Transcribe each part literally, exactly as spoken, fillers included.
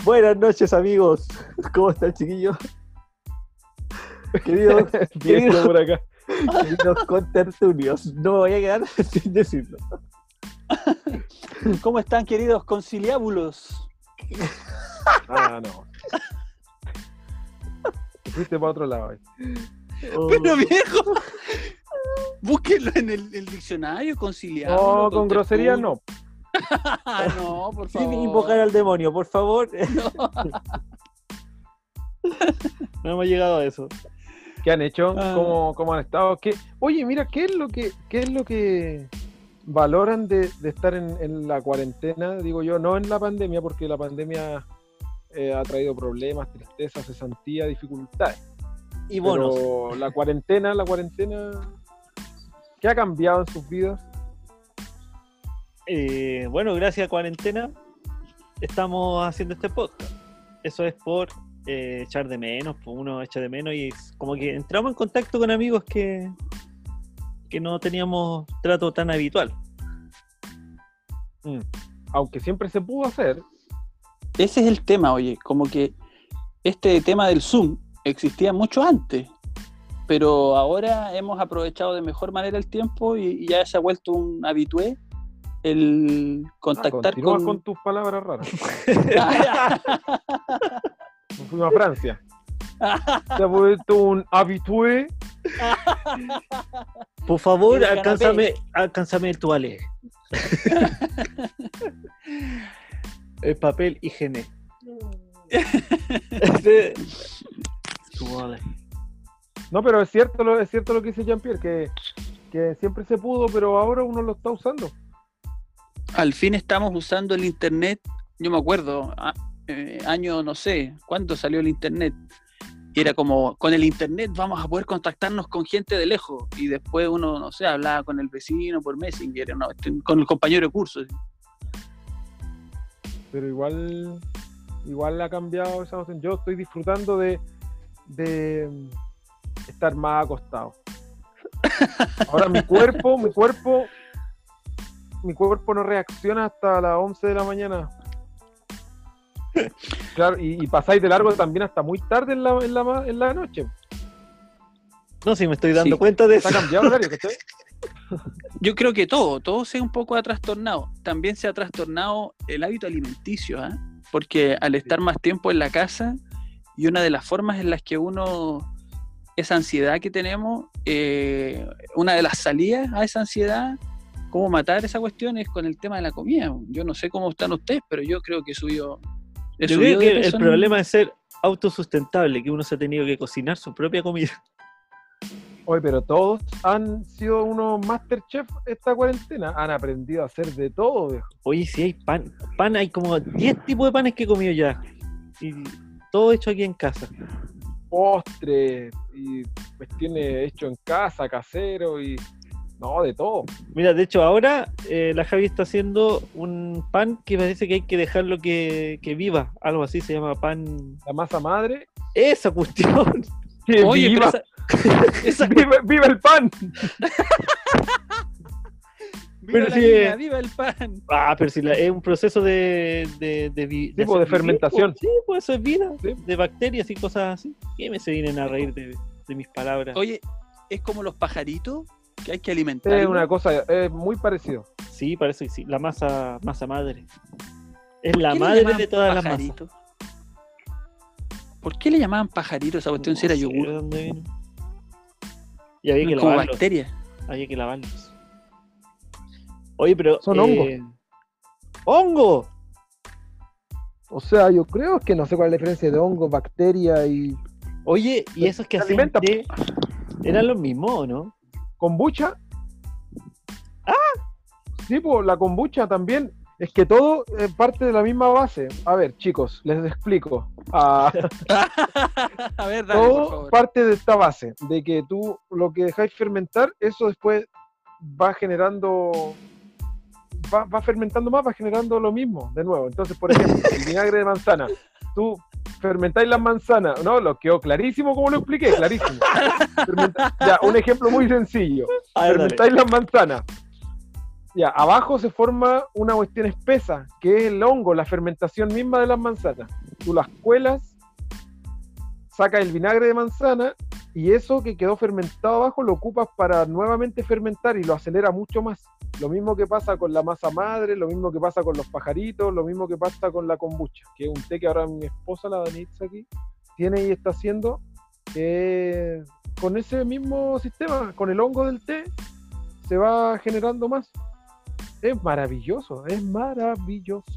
Buenas noches, amigos. ¿Cómo están, chiquillos? Queridos, Bien, queridos, por acá. queridos contertulios, no me voy a quedar sin decirlo. ¿Cómo están, queridos conciliábulos? Ah, no. Te fuiste para otro lado. eh. Oh, Pero viejo, búsquenlo en el, el diccionario, conciliábulo. No, con groserías no. Ah, no, por favor. sin invocar al demonio, por favor. No hemos llegado a eso. ¿Qué han hecho? Ah. ¿Cómo, cómo han estado? ¿Qué? Oye, mira, ¿qué es lo que, qué es lo que valoran de, de estar en, en la cuarentena? Digo yo, no en la pandemia, porque la pandemia eh, ha traído problemas, tristeza, cesantía, dificultades. Y bonos. Pero la cuarentena, la cuarentena, ¿qué ha cambiado en sus vidas? Eh, bueno, gracias a cuarentena estamos haciendo este podcast. Eso es por eh, echar de menos, pues uno echa de menos y es como que entramos en contacto con amigos que, que no teníamos trato tan habitual. Mm. Aunque siempre se pudo hacer. Ese es el tema, oye, como que este tema del Zoom existía mucho antes, pero ahora hemos aprovechado de mejor manera el tiempo y, y ya se ha vuelto un habitué el Ah, contactar continúa con... con tus palabras raras. Nos fuimos a Francia. Se ha vuelto un habitué. Por favor, Y el alcánzame, alcánzame el toalé. El papel higiene. Este- Toalé. No, pero es cierto lo, es cierto lo que dice Jean-Pierre, que, que siempre se pudo, pero ahora uno lo está usando. Al fin estamos usando el internet. Yo me acuerdo, a- eh, año no sé, ¿cuándo salió el internet? Y era como, con el internet vamos a poder contactarnos con gente de lejos. Y después uno, no sé, hablaba con el vecino por Messenger, no, con el compañero de curso. Pero igual, igual ha cambiado esa noción. Yo estoy disfrutando de, de estar más acostado. Ahora mi cuerpo, mi cuerpo, mi cuerpo no reacciona hasta las once de la mañana. Claro, y, y pasáis de largo también hasta muy tarde en la, en la, ma- en la noche. No, si me estoy dando Sí. cuenta de eso. Está cambiado el horario, ¿cachai? Yo creo que todo, todo se un poco ha trastornado. También se ha trastornado el hábito alimenticio, ¿ah? Porque al estar más tiempo en la casa, y una de las formas en las que uno, esa ansiedad que tenemos, eh, una de las salidas a esa ansiedad, cómo matar esa cuestión es con el tema de la comida. Yo no sé cómo están ustedes, pero yo creo que subió. he Yo subido creo que de el peso en- problema es ser autosustentable, que uno se ha tenido que cocinar su propia comida. Oye, pero todos han sido unos Masterchef esta cuarentena. Han aprendido a hacer de todo, viejo. Oye, si hay pan, pan hay como diez tipos de panes que he comido ya. Y todo hecho aquí en casa. Postres y cuestiones hechas en casa, casero y... No, de todo. Mira, de hecho ahora eh, la Javi está haciendo un pan que parece que hay que dejarlo que, que viva. Algo así se llama pan... La masa madre. ¡Esa cuestión! Que Oye, viva, pero esa, esa viva, viva el pan. viva pero la sí, vida, viva el pan. Ah, pero si la- es un proceso de... de, de, vi- Tipo de hacer vivir, fermentación. pues, sí, pues eso es vida. Sí. De bacterias y cosas así. ¿Qué me se vienen a reír de, de mis palabras? Oye, es como los pajaritos que hay que alimentar. Es una cosa, es muy parecido. Sí, parece que sí. La masa, masa madre. Es la ¿Qué le madre llamaban de todas las masas. pajarito? ¿Por qué le llamaban pajarito a esa cuestión si era No sé yogur? de dónde vino. Y había que Como lavarlos. bacteria. Había que lavarlos. Oye, pero... Son eh, ¡hongo! O sea, yo creo que no sé cuál es la diferencia de hongo, bacteria y Oye, ¿y esos que Se hacían alimenta. té eran los mismos o no? kombucha. ¡Ah! Sí, pues la kombucha también. Es que todo eh, parte de la misma base. A ver, chicos, les explico. Ah, A ver, dale, por todo favor. parte de esta base, de que tú lo que dejáis fermentar, eso después va generando, va, va fermentando más, va generando lo mismo, de nuevo. Entonces, por ejemplo, el vinagre de manzana, tú fermentáis las manzanas, ¿no? Lo quedó clarísimo como lo expliqué, clarísimo. Fermenta- ya, un ejemplo muy sencillo. A ver, dale. Fermentáis las manzanas. Ya, abajo se forma una cuestión espesa, que es el hongo, la fermentación misma de las manzanas. tú las cuelas, sacas el vinagre de manzana y eso que quedó fermentado abajo lo ocupas para nuevamente fermentar y lo acelera mucho más. Lo mismo que pasa con la masa madre, lo mismo que pasa con los pajaritos, lo mismo que pasa con la kombucha, que es un té que ahora mi esposa, la Danitza aquí, tiene y está haciendo, eh, con ese mismo sistema, con el hongo del té, se va generando más. Es maravilloso, es maravilloso.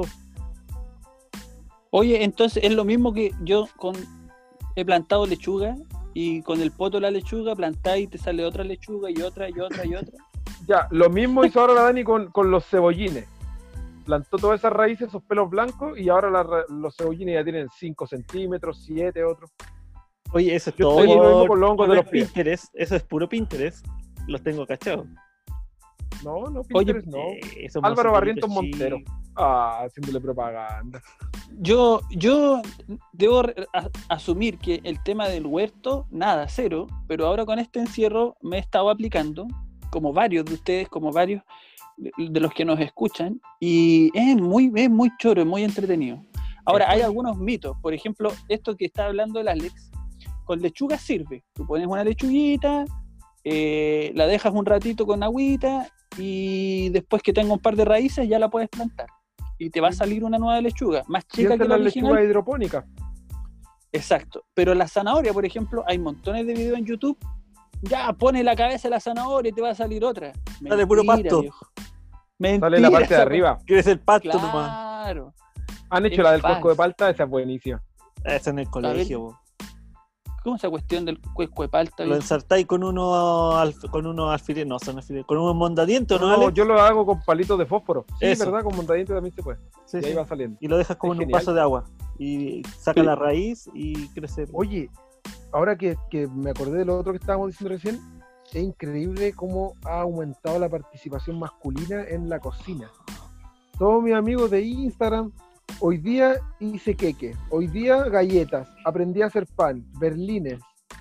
Oye, entonces es lo mismo que yo con he plantado lechuga y con el poto de la lechuga plantáis y te sale otra lechuga y otra y otra y otra. Ya, lo mismo hizo ahora la Dani con, con los cebollines. Plantó todas esas raíces, esos pelos blancos, y ahora la, los cebollines ya tienen cinco centímetros, siete, otros. Oye, eso es Yo todo estoy lo mismo por, con los hongos por de los pies. Pinterest. Eso es puro Pinterest. Los tengo cachados. No, no, Oye, Pinterest, no. Eh, esos Álvaro mosquititos Barrientos chicos. Montero. Ah, haciéndole propaganda. Yo, yo debo re- a- asumir que el tema del huerto, nada, cero, pero ahora con este encierro me he estado aplicando, como varios de ustedes, como varios de, de los que nos escuchan, y es muy, es muy choro, es muy entretenido. Ahora, hay algunos mitos, por ejemplo, esto que está hablando el Alex, con lechuga sirve. Tú pones una lechuguita, eh, la dejas un ratito con agüita, y después que tenga un par de raíces ya la puedes plantar. Y te va a salir una nueva lechuga, más chica Piensa que en la la original. lechuga hidropónica. Exacto. Pero la zanahoria, por ejemplo, hay montones de videos en YouTube. Ya, pone la cabeza de la zanahoria y te va a salir otra. Sale puro pasto. Viejo. Mentira, Sale la parte de esa- arriba. ¿Quieres el pasto nomás? Claro. Han hecho Es la del fácil. cuesco de palta, esa es buenísima. Eso en el colegio. po. ¿Cómo esa cuestión del cuesco de palta? Lo viejo? ensartáis con unos alf- con unos alfileres, no son alfileres, con unos mondadientes, ¿no, No, Alex? yo lo hago con palitos de fósforo. Sí, Eso. verdad, con montadiente también se puede. Sí, y sí. ahí va saliendo. Y lo dejas como Es en un genial. vaso de agua. Y saca Sí. la raíz y crece. Oye, ahora que, que me acordé de lo otro que estábamos diciendo recién, es increíble cómo ha aumentado la participación masculina en la cocina. Todos mis amigos de Instagram, hoy día hice queque, hoy día galletas, aprendí a hacer pan, berlines.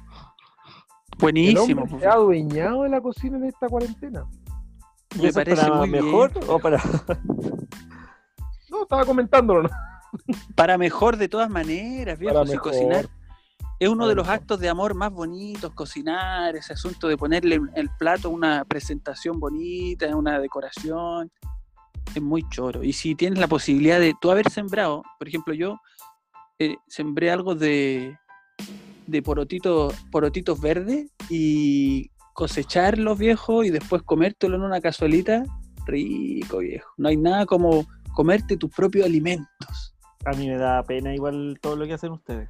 El Buenísimo. hombre pues. se ha adueñado de la cocina en esta cuarentena. ¿Y Me eso es parece para muy bien. mejor o para.? No, estaba comentándolo, ¿no? Para mejor de todas maneras, viejo. Para Si mejor. cocinar es uno Para de los mejor. actos de amor más bonitos, cocinar, ese asunto de ponerle el plato una presentación bonita, una decoración, es muy choro. Y si tienes la posibilidad de tú haber sembrado, por ejemplo, yo eh, sembré algo de, de porotitos, porotitos verdes y cosecharlos, viejo, y después comértelo en una cazuelita, rico, viejo. No hay nada como comerte tus propios alimentos. A mí me da pena igual todo lo que hacen ustedes.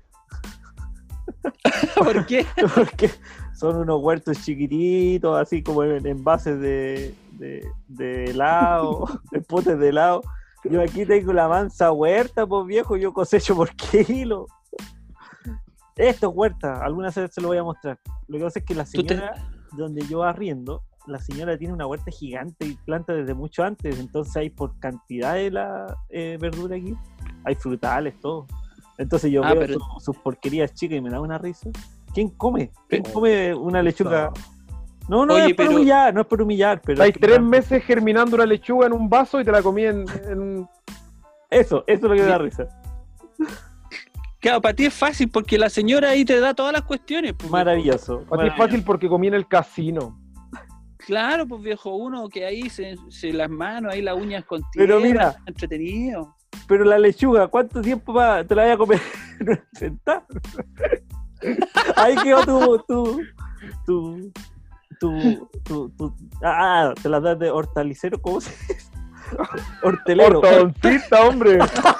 ¿Por qué? Porque son unos huertos chiquititos, así como en envases de, de, de helado, de potes de helado. Yo aquí tengo la mansa huerta, pues viejo, yo cosecho por kilo. Esto es huerta, algunas veces se lo voy a mostrar. Lo que pasa es que la Tú te- señora, donde yo arriendo, la señora tiene una huerta gigante y planta desde mucho antes, entonces hay por cantidad de la eh, verdura aquí, hay frutales, todo. Entonces yo Ah, veo pero- su- sus porquerías chicas y me da una risa. ¿Quién come? ¿Quién Pero- come una lechuga? No, no Oye, es por pero- humillar, no es por humillar, pero... Hay es que tres me da- meses germinando una lechuga en un vaso y te la comí en, en- Eso, eso es lo que me da risa. Claro, para ti es fácil porque la señora ahí te da todas las cuestiones. Pues, Maravilloso. Para ti es maravilloso. fácil porque comí en el casino. Claro, pues viejo, uno que ahí se, se las manos, ahí las uñas con tierra, Pero mira, entretenido. pero la lechuga, ¿cuánto tiempo va, te la voy a comer? ¿Sentar? Ahí quedó tu, tu, tu, tu, tu, tu- ah, te la das de hortalicero, ¿cómo se dice? Hortelero. Ortodoncista, hombre.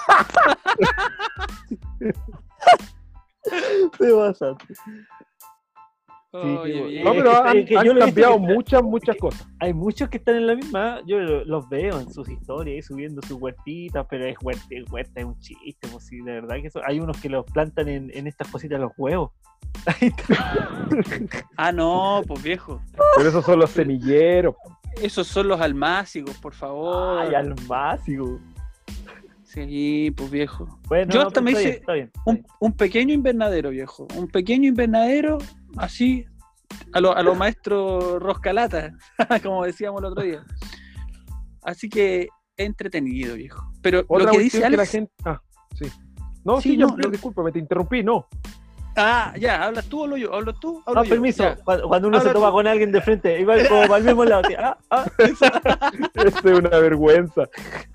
Te pasaste. Oye, digo, bien. No, Es pero que- han, es que han yo lo he visto cambiado que- muchas, muchas cosas. Hay muchos que están en la misma, yo los veo en sus historias, ahí subiendo sus huertitas, pero es huerta, es huerta, es un chiste, pues sí, de verdad que eso, hay unos que los plantan en, en estas cositas los huevos. Ahí está. Ah, no, pues viejo. Pero esos son los semilleros. Esos son los almácigos, por favor. Ay, al máximo. Sí, pues viejo. Bueno, Yo no, hasta pero me está hice bien, está bien, está Un, bien. un pequeño invernadero, viejo. Un pequeño invernadero, así, a los a lo maestros Roscalata, como decíamos el otro día. Así que entretenido, viejo. Pero Otra lo que dice cuestión que la Alex, gente. Ah, sí. No, Sí, sí, no, ya, lo- discúlpame, te interrumpí, no. Ah, ya, ¿hablas tú o hablo yo? ¿Hablas tú? Hablo Ah, yo. permiso, Ya. cuando, cuando uno Habla se toma tú. con alguien de frente, iba como para el mismo lado. Tío. Ah, ah. Esto es una vergüenza.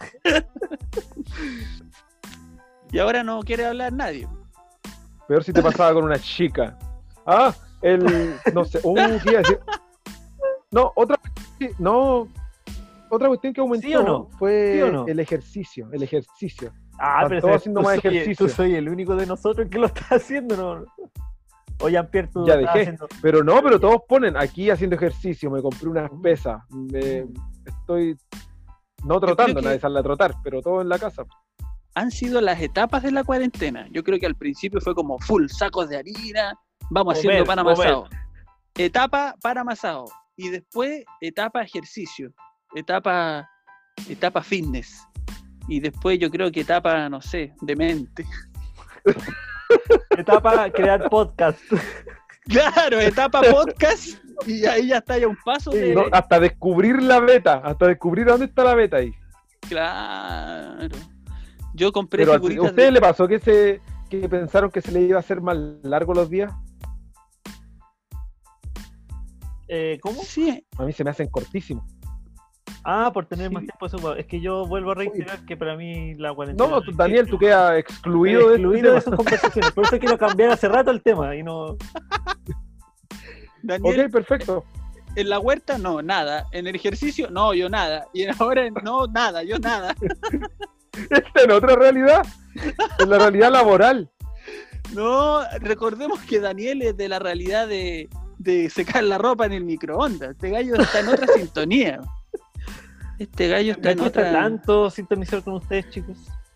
Y ahora no quiere hablar nadie. Peor si te pasaba con una chica. Ah, el. No sé. Uh, ¿qué iba a decir? No, otra. No. Otra cuestión que aumentó ¿Sí o no? fue ¿Sí o no? el ejercicio. El ejercicio. Ah, Están pero todos ese- haciendo tú más soy- ejercicio. Tú soy el único de nosotros que lo está haciendo, ¿no? O Jean-Pierre, tú Ya estás dejé. haciendo... Pero no, pero todos ponen aquí haciendo ejercicio. Me compré unas pesas. Me, estoy. No trotando, que- nadie sale a trotar, pero todo en la casa. Han sido las etapas de la cuarentena. Yo creo que al principio fue como full sacos de harina, vamos Comer, haciendo pan comer. amasado. Etapa pan amasado. Y después etapa ejercicio. Etapa, etapa fitness. Y después yo creo que etapa, no sé, demente. Etapa crear podcast. Claro, etapa podcast. Y ahí ya está ya un paso de... No, hasta descubrir la beta. Hasta descubrir dónde está la beta ahí. Claro. Yo compré Pero a figuritas ustedes de... le pasó que se que pensaron que se le iba a hacer más largo los días. Eh, ¿Cómo? Sí, A mí se me hacen cortísimos. Ah, por tener Sí. más tiempo. Eso, es que yo vuelvo a reiterar que para mí la cuarentena... No, tú, Daniel, tú quedas excluido de, excluido de este esas conversaciones. Por eso quiero cambiar hace rato el tema y no... tema. Daniel, Ok, perfecto. en la huerta no, nada. En el ejercicio, no, yo nada. Y ahora no, nada, yo nada. Esta en otra realidad. En la realidad laboral. No, recordemos que Daniel es de la realidad de, de secar la ropa en el microondas. Este gallo está en otra sintonía. Este gallo está Me en cuesta otra... tanto sintonizar con ustedes, chicos.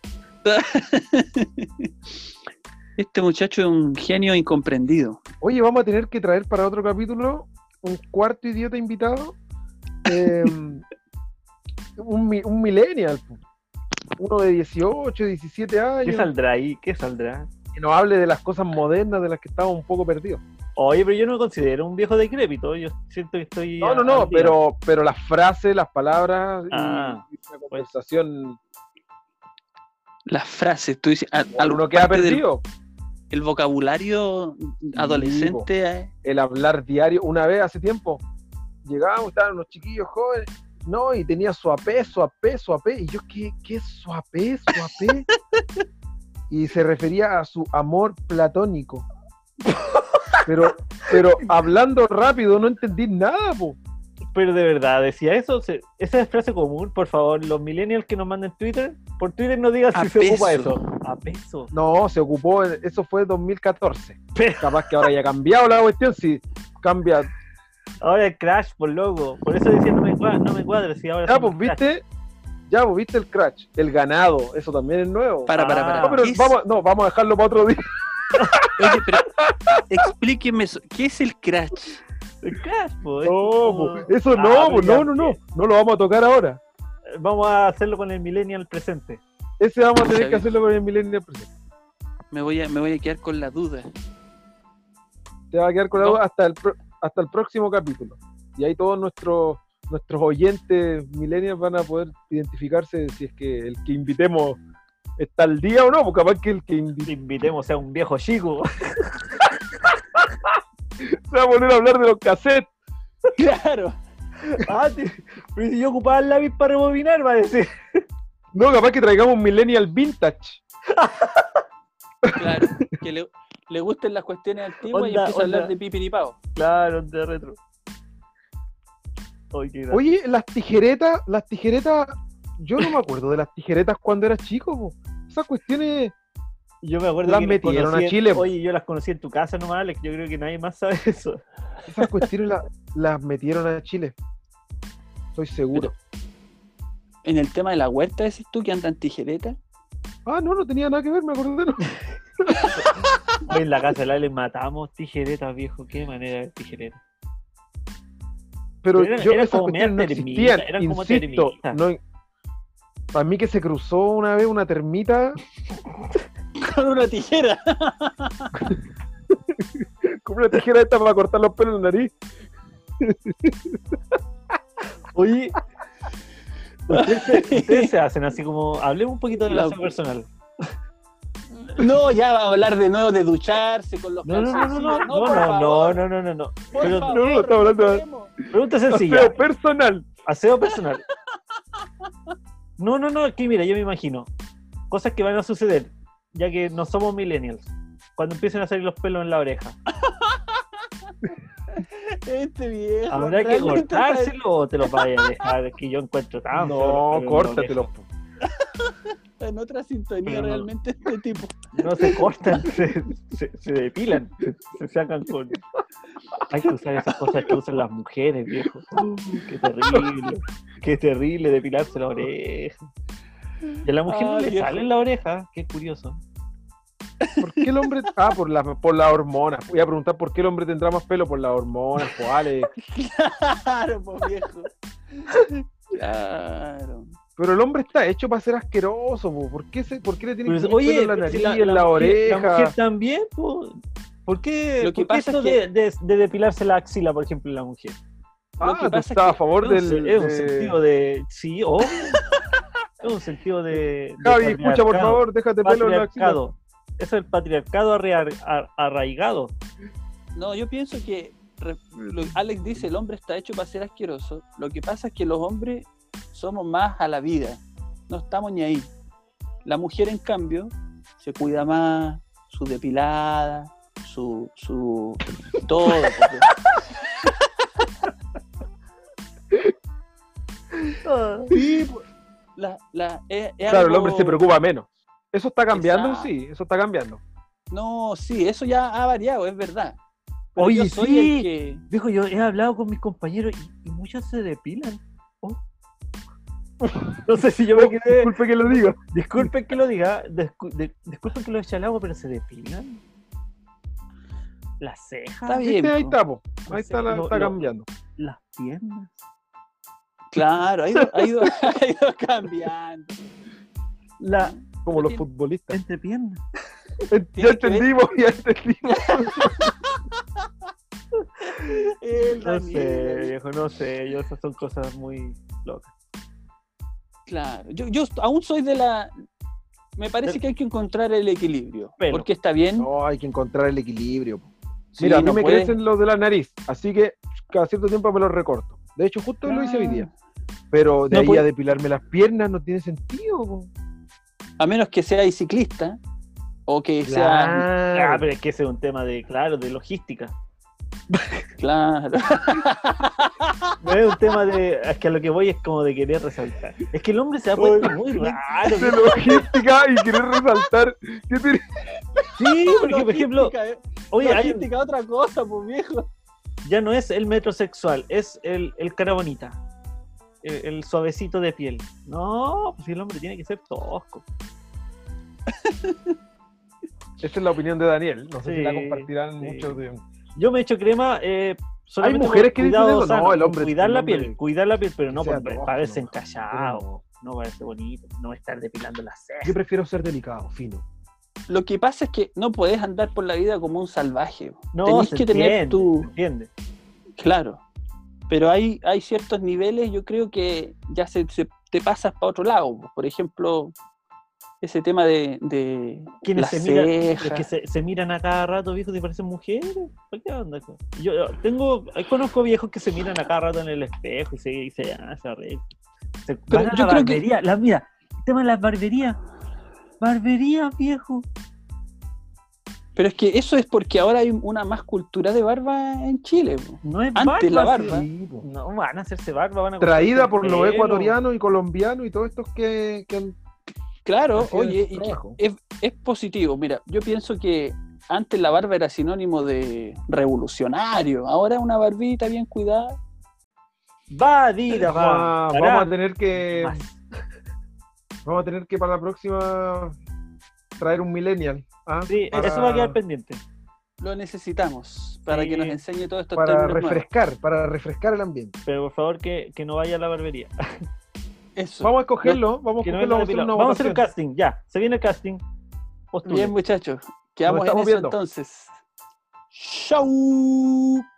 Este muchacho es un genio incomprendido. Oye, vamos a tener que traer para otro capítulo un cuarto idiota invitado. eh, un, mi- un millennial. po. Uno de dieciocho, diecisiete ¿Qué años. saldrá ahí? ¿Qué saldrá? Que nos hable de las cosas modernas de las que estamos un poco perdidos. Oye, pero yo no me considero un viejo decrépito. Yo siento que estoy... No, no, a- no, al día. pero, pero las frases, las palabras y, Ah, y una conversación. Las frases, tú dices... a- a- Uno queda parte del- perdido. el vocabulario adolescente... eh, El hablar diario. Una vez hace tiempo llegábamos, estaban unos chiquillos jóvenes, no, y tenía suapé, suapé, suapé. Y yo, ¿qué, qué es suapé, suapé? Y se refería a su amor platónico. Pero, pero hablando rápido, no entendí nada, po. Pero de verdad, decía eso. Se- esa es frase común. Por favor, los millennials que nos manden Twitter, por Twitter no digan A si se ocupa peso. eso. A peso. No, se ocupó, en- eso fue dos mil catorce. Pero Capaz que ahora haya cambiado la cuestión, si cambia. ahora el crash, por loco. Por eso decía no me cuadra, no me cuadra. Si ahora Ya, somos pues, crash. viste, ya, pues, viste el crash, el ganado, eso también es nuevo. Para, para, para. Ah, No, pero ¿Qué es- vamos, no, vamos a dejarlo para otro día. Oye, pero explíqueme eso. ¿Qué es el crash? El crash, pues. No, pues, eso no, Ah, pues, pero no, ya, no, no, no lo vamos a tocar ahora. Vamos a hacerlo con el millennial presente. Ese vamos a tener Sabía. que hacerlo con el Millennial presente. Me voy a, me voy a quedar con la duda. Te va a quedar con la No. duda hasta el, pro- hasta el próximo capítulo. Y ahí todos nuestros nuestros oyentes millennials van a poder identificarse si es que el que invitemos está al día o no, porque capaz que el que invi- Te invitemos a un viejo chico. se va a poner a hablar de los cassettes. Claro. Ah, te- pero si yo ocupaba el lápiz para rebobinar, va a decir. No, capaz que traigamos un millennial vintage. Claro. Que le, le gusten las cuestiones antiguas y Onda, empieza a hablar onda. de pipiripao. Claro, de retro. Oye, qué gracia. Oye, las tijeretas, las tijeretas, yo no me acuerdo de las tijeretas cuando era chico, po. Esas cuestiones, Yo me acuerdo las que metieron conocí a en- Chile. Oye, yo las conocí en tu casa nomás, Alex. Yo creo que nadie más sabe eso. esas cuestiones la- las metieron a Chile. Estoy seguro. En el tema de la huerta, decís tú que andan tijeretas. Ah, no, no tenía nada que ver, me acordé. No. Hoy en la casa de Alex matamos tijeretas, viejo. Qué manera de tijeretas. Pero Pero eran- yo eran esas como cuestiones no medias existían, termitas, eran como insisto. termitas. No, para mí que se cruzó una vez una termita Con una tijera. con una tijera esta para cortar los pelos en la nariz. Oye, ustedes se, ustedes se hacen así como. Hablemos un poquito de La- la personal. No, ya va a hablar de nuevo de ducharse con los No, no, no, no, no, calzoncillos. no, por no, no, favor, no, no, no, no. por Pero favor, no, no, estamos hablando de- respetemos. pregunta sencilla. Aseo personal. Aseo personal. No, no, no, aquí mira, yo me imagino cosas que van a suceder, ya que no somos millennials. Cuando empiecen a salir los pelos en la oreja, Este viejo. ¿habrá que realmente está- cortárselo o te lo vayas a dejar? Que yo encuentro tan feo los No, pelos en la córtatelo. oreja. Está en otra sintonía Pero no. realmente este tipo. No se cortan, se, se, se depilan, se sacan con. Hay que usar esas cosas que usan las mujeres, viejo. Uh, qué terrible, qué terrible depilarse la oreja. Y a la mujer no Ay, le viejo. sale en la oreja, qué curioso. ¿Por qué el hombre.? Ah, por las por las hormonas. Voy a preguntar por qué el hombre tendrá más pelo por las hormonas, cuáles. Claro, pues viejo. Claro. Pero el hombre está hecho para ser asqueroso, po. ¿Por qué, se, ¿por qué le tiene Pues, que poner oye, pelo en la pero si nariz, en la, mujer- oreja? La mujer también, po. ¿Por qué, Lo que por qué pasa esto es que- de, de- de depilarse la axila, por ejemplo, en la mujer? Ah, Lo que tú pasa es estás a que favor Es un, del. es un de- sentido de. Sí, o. Es un sentido de. de Javi, escucha, por patriarcado. favor, déjate pelo en la axila. Patriarcado. Eso es el patriarcado arrea- ar- arraigado. No, yo pienso que re- lo- Alex dice el hombre está hecho para ser asqueroso. Lo que pasa es que los hombres somos más a la vida. No estamos ni ahí. La mujer, en cambio, se cuida más, su depilada, su, su todo. porque- Sí, pues, la, la, es- es Claro, el algo- hombre se preocupa menos. ¿Eso está cambiando? Exacto. Sí, eso está cambiando. No, sí, eso ya ha variado, es verdad. Pero Oye, yo soy sí. el que... Dijo, yo he hablado con mis compañeros y, y muchos se depilan. Oh. No sé si yo me quedé. Disculpe que lo diga. Disculpen que lo diga, discu- de- disculpen que lo eche al agua, pero se depilan. Las cejas, Está bien. ¿Viste? Ahí po. está, po. Ahí está, la- Lo- está lo- cambiando. las piernas. Claro, ha ido, ha ido, ha ido cambiando. La Como los Tiene- futbolistas. entrepiernas. Ya que ver- entendimos, ya entendimos. El No sé, Daniel. viejo, no sé. Yo, esas son cosas muy locas. Claro, yo, yo aún soy de la... Me parece que hay que encontrar el equilibrio. Pelo. Porque está bien. No, hay que encontrar el equilibrio. po. sí, Mira, a mí no me puede- crecen los de la nariz, así que cada cierto tiempo me los recorto. De hecho, justo lo hice hoy día. Ah, Pero de No ahí puede- a depilarme las piernas no tiene sentido. po. A menos que sea ciclista o que sea... Ah, Claro. pero es que ese es un tema de, claro, de logística. Claro. No es un tema de. Es que a lo que voy es como de querer resaltar. Es que el hombre se ha puesto muy raro. De logística y querer resaltar. ¿Qué tiene? Sí, porque por ejemplo, Logística, eh. oye, hay, Logística, otra cosa, pues viejo. ya no es el metrosexual, es el, el cara bonita. El, el suavecito de piel. No, pues el hombre tiene que ser tosco. Esa es la opinión de Daniel. No sé Sí, si la compartirán sí. muchos de. Yo me echo crema. Eh, solamente mujeres por que dicen cuidado eso. No, sano, el hombre- Cuidar el la hombre piel, cuidar la piel, pero no que sea por, tosco, para verse no. encallado. No. No para verse bonito. No estar depilando las cejas. Yo prefiero ser delicado, fino. Lo que pasa es que no puedes andar por la vida como un salvaje. No, Tenés se que tener entiende, tu... se entiende. Claro. Pero hay, hay ciertos niveles, yo creo que ya se, se- te pasas para otro lado. Por ejemplo, ese tema de, de Quienes las se miran, es cejas. que se, se miran a cada rato, viejos, y parecen mujeres. ¿Por qué onda? Yo yo tengo, conozco viejos que se miran a cada rato en el espejo y se dicen, ah, se arregla. Se Pero van a yo la creo que- barbería. La, mira, el tema de las barberías. Barbería, viejo. Pero es que eso es porque ahora hay una más cultura de barba en Chile. po. No es Antes la barba. Sí, po. No van a hacerse barba, van a Traída cortarse por el los pelo. ecuatorianos y colombianos y todos estos que, que han. Claro, Así es oye, su y que trabajo. es, es positivo. Mira, yo pienso que antes la barba era sinónimo de revolucionario. Ahora una barbita bien cuidada. Va, Dida, va. Vamos a- vamos a tener que. Más. Vamos a tener que para la próxima traer un millennial. ¿ah? Sí, para, eso va a quedar pendiente. Lo necesitamos para Sí. que nos enseñe todos estos para términos nuevos. refrescar, para refrescar el ambiente. Pero por favor que, que no vaya a la barbería. Eso. Vamos a escogerlo, vamos a Que no escogerlo, venga vamos a hacer depilado. una Vamos a hacer un votación. casting, ya. Se viene el casting. Postulen. Bien, muchachos. Quedamos en estamos eso viendo. entonces. Chau.